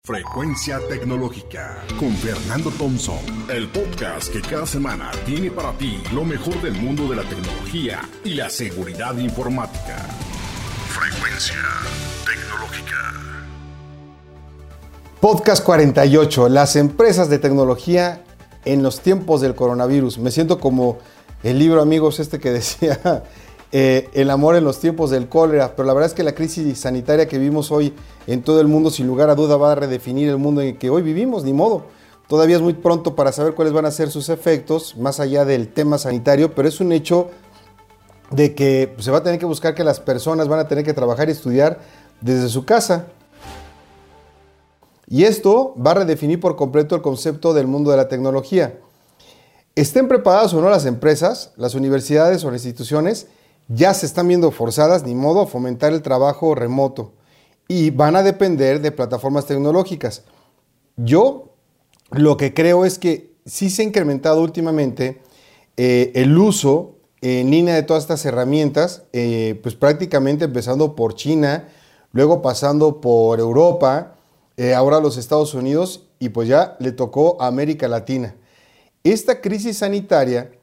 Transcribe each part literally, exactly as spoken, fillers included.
Frecuencia Tecnológica con Fernando Thompson, el podcast que cada semana tiene para ti lo mejor del mundo de la tecnología y la seguridad informática. Frecuencia Tecnológica. Podcast cuarenta y ocho, las empresas de tecnología en los tiempos del coronavirus. Me siento como el libro, amigos, este que decía eh, el amor en los tiempos del cólera, pero la verdad es que la crisis sanitaria que vivimos hoy en todo el mundo, sin lugar a duda, va a redefinir el mundo en el que hoy vivimos, ni modo. Todavía es muy pronto para saber cuáles van a ser sus efectos, más allá del tema sanitario, pero es un hecho de que pues, se va a tener que buscar que las personas van a tener que trabajar y estudiar desde su casa. Y esto va a redefinir por completo el concepto del mundo de la tecnología. Estén preparadas o no las empresas, las universidades o las instituciones, ya se están viendo forzadas, ni modo, a fomentar el trabajo remoto. Y van a depender de plataformas tecnológicas. Yo lo que creo es que sí se ha incrementado últimamente eh, el uso en línea de todas estas herramientas, eh, pues prácticamente empezando por China, luego pasando por Europa, eh, ahora los Estados Unidos y pues ya le tocó a América Latina. Esta crisis sanitaria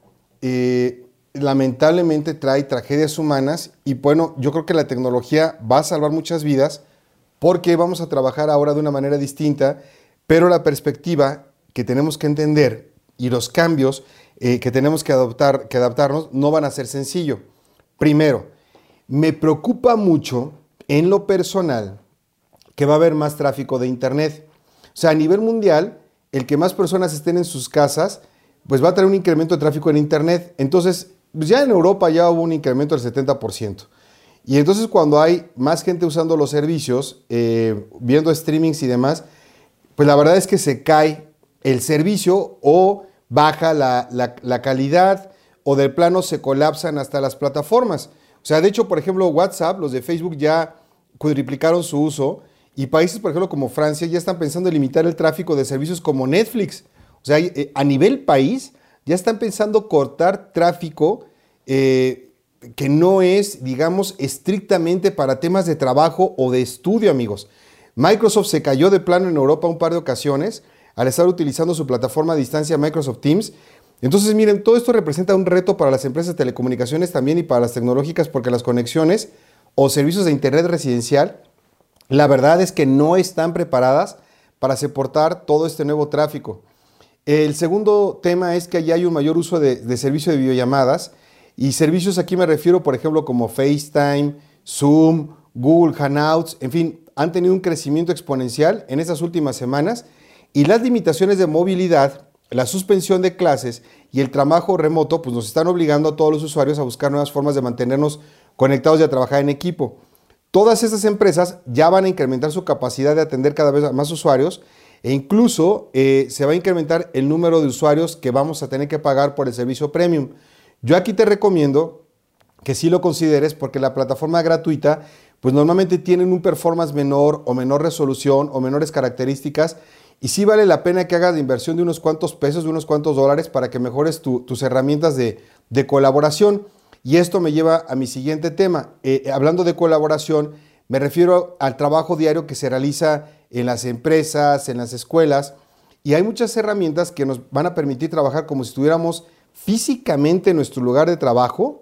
eh, lamentablemente trae tragedias humanas y bueno, yo creo que la tecnología va a salvar muchas vidas, porque vamos a trabajar ahora de una manera distinta, pero la perspectiva que tenemos que entender y los cambios eh, que tenemos que adoptar, que adaptarnos no van a ser sencillos. Primero, me preocupa mucho en lo personal que va a haber más tráfico de internet. O sea, a nivel mundial, el que más personas estén en sus casas, pues va a traer un incremento de tráfico en internet. Entonces, pues ya en Europa ya hubo un incremento del setenta por ciento. Y entonces cuando hay más gente usando los servicios, eh, viendo streamings y demás, pues la verdad es que se cae el servicio o baja la, la, la calidad o del plano se colapsan hasta las plataformas. O sea, de hecho, por ejemplo, WhatsApp, los de Facebook ya cuadriplicaron su uso y países, por ejemplo, como Francia, ya están pensando en limitar el tráfico de servicios como Netflix. O sea, eh, a nivel país ya están pensando cortar tráfico eh, que no es, digamos, estrictamente para temas de trabajo o de estudio, amigos. Microsoft se cayó de plano en Europa un par de ocasiones al estar utilizando su plataforma a distancia Microsoft Teams. Entonces, miren, todo esto representa un reto para las empresas de telecomunicaciones también y para las tecnológicas, porque las conexiones o servicios de internet residencial, la verdad es que no están preparadas para soportar todo este nuevo tráfico. El segundo tema es que allá hay un mayor uso de, de servicio de videollamadas. Y servicios aquí me refiero, por ejemplo, como FaceTime, Zoom, Google Hangouts, en fin, han tenido un crecimiento exponencial en estas últimas semanas y las limitaciones de movilidad, la suspensión de clases y el trabajo remoto, pues nos están obligando a todos los usuarios a buscar nuevas formas de mantenernos conectados y a trabajar en equipo. Todas estas empresas ya van a incrementar su capacidad de atender cada vez a más usuarios e incluso eh, se va a incrementar el número de usuarios que vamos a tener que pagar por el servicio premium. Yo aquí te recomiendo que sí lo consideres porque la plataforma gratuita pues normalmente tienen un performance menor o menor resolución o menores características y sí vale la pena que hagas la inversión de unos cuantos pesos, de unos cuantos dólares para que mejores tu, tus herramientas de, de colaboración. Y esto me lleva a mi siguiente tema. Eh, hablando de colaboración, me refiero al trabajo diario que se realiza en las empresas, en las escuelas y hay muchas herramientas que nos van a permitir trabajar como si estuviéramos físicamente en nuestro lugar de trabajo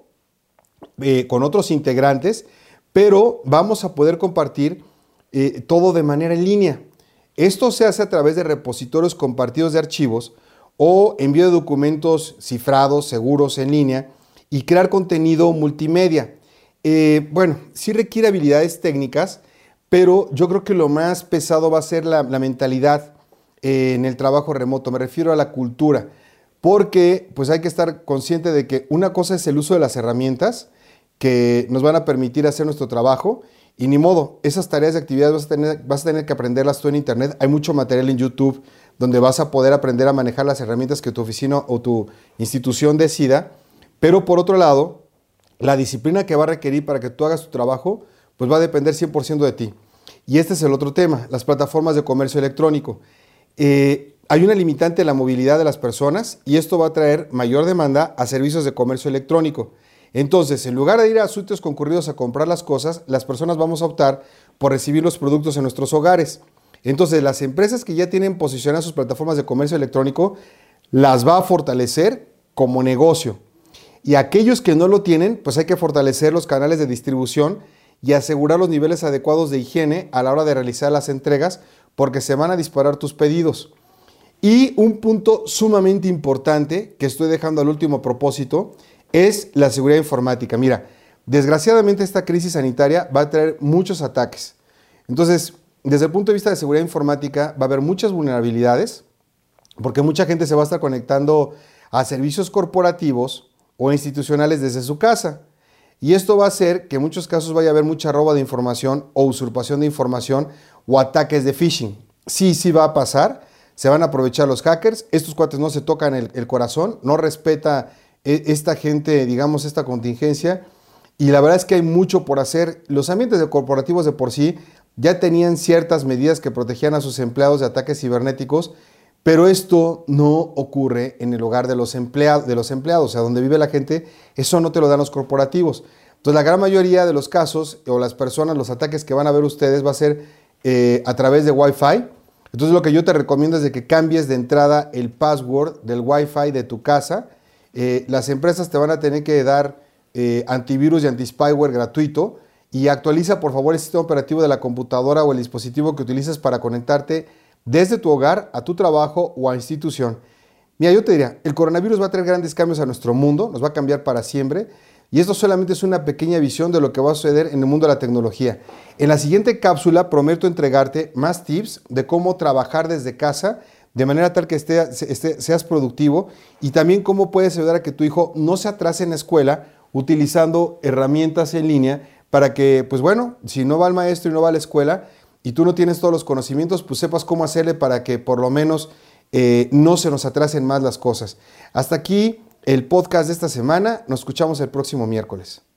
eh, con otros integrantes, pero vamos a poder compartir eh, todo de manera en línea. Esto se hace a través de repositorios compartidos de archivos o envío de documentos cifrados, seguros en línea y crear contenido multimedia. Eh, bueno, sí requiere habilidades técnicas, pero yo creo que lo más pesado va a ser la, la mentalidad eh, en el trabajo remoto. Me refiero a la cultura. Porque pues hay que estar consciente de que una cosa es el uso de las herramientas que nos van a permitir hacer nuestro trabajo y ni modo, esas tareas de actividades vas a tener, vas a tener que aprenderlas tú en internet. Hay mucho material en YouTube donde vas a poder aprender a manejar las herramientas que tu oficina o tu institución decida, pero por otro lado, la disciplina que va a requerir para que tú hagas tu trabajo pues va a depender cien por ciento de ti. Y este es el otro tema, las plataformas de comercio electrónico. Eh, Hay una limitante en la movilidad de las personas y esto va a traer mayor demanda a servicios de comercio electrónico. Entonces, en lugar de ir a sitios concurridos a comprar las cosas, las personas vamos a optar por recibir los productos en nuestros hogares. Entonces, las empresas que ya tienen posicionadas sus plataformas de comercio electrónico, las va a fortalecer como negocio. Y aquellos que no lo tienen, pues hay que fortalecer los canales de distribución y asegurar los niveles adecuados de higiene a la hora de realizar las entregas, porque se van a disparar tus pedidos. Y un punto sumamente importante que estoy dejando al último propósito es la seguridad informática. Mira, desgraciadamente esta crisis sanitaria va a traer muchos ataques. Entonces, desde el punto de vista de seguridad informática va a haber muchas vulnerabilidades, porque mucha gente se va a estar conectando a servicios corporativos o institucionales desde su casa. Y esto va a hacer que en muchos casos vaya a haber mucha robo de información o usurpación de información o ataques de phishing. Sí, sí va a pasar. Se van a aprovechar los hackers. Estos cuates no se tocan el, el corazón, no respeta esta gente, digamos, esta contingencia. Y la verdad es que hay mucho por hacer. Los ambientes de corporativos de por sí ya tenían ciertas medidas que protegían a sus empleados de ataques cibernéticos, pero esto no ocurre en el hogar de los empleados, de los empleados, o sea, donde vive la gente, eso no te lo dan los corporativos. Entonces, la gran mayoría de los casos, o las personas, los ataques que van a ver ustedes, va a ser eh, a través de Wi-Fi. Entonces, lo que yo te recomiendo es de que cambies de entrada el password del Wi-Fi de tu casa. Eh, las empresas te van a tener que dar eh, antivirus y anti-spyware gratuito, y actualiza, por favor, el sistema operativo de la computadora o el dispositivo que utilizas para conectarte desde tu hogar a tu trabajo o a institución. Mira, yo te diría, el coronavirus va a traer grandes cambios a nuestro mundo, nos va a cambiar para siempre, y esto solamente es una pequeña visión de lo que va a suceder en el mundo de la tecnología. En la siguiente cápsula prometo entregarte más tips de cómo trabajar desde casa, de manera tal que esté, esté, seas productivo, y también cómo puedes ayudar a que tu hijo no se atrase en la escuela utilizando herramientas en línea para que, pues bueno, si no va al maestro y no va a la escuela, y tú no tienes todos los conocimientos, pues sepas cómo hacerle para que por lo menos eh, no se nos atrasen más las cosas. Hasta aquí el podcast de esta semana. Nos escuchamos el próximo miércoles.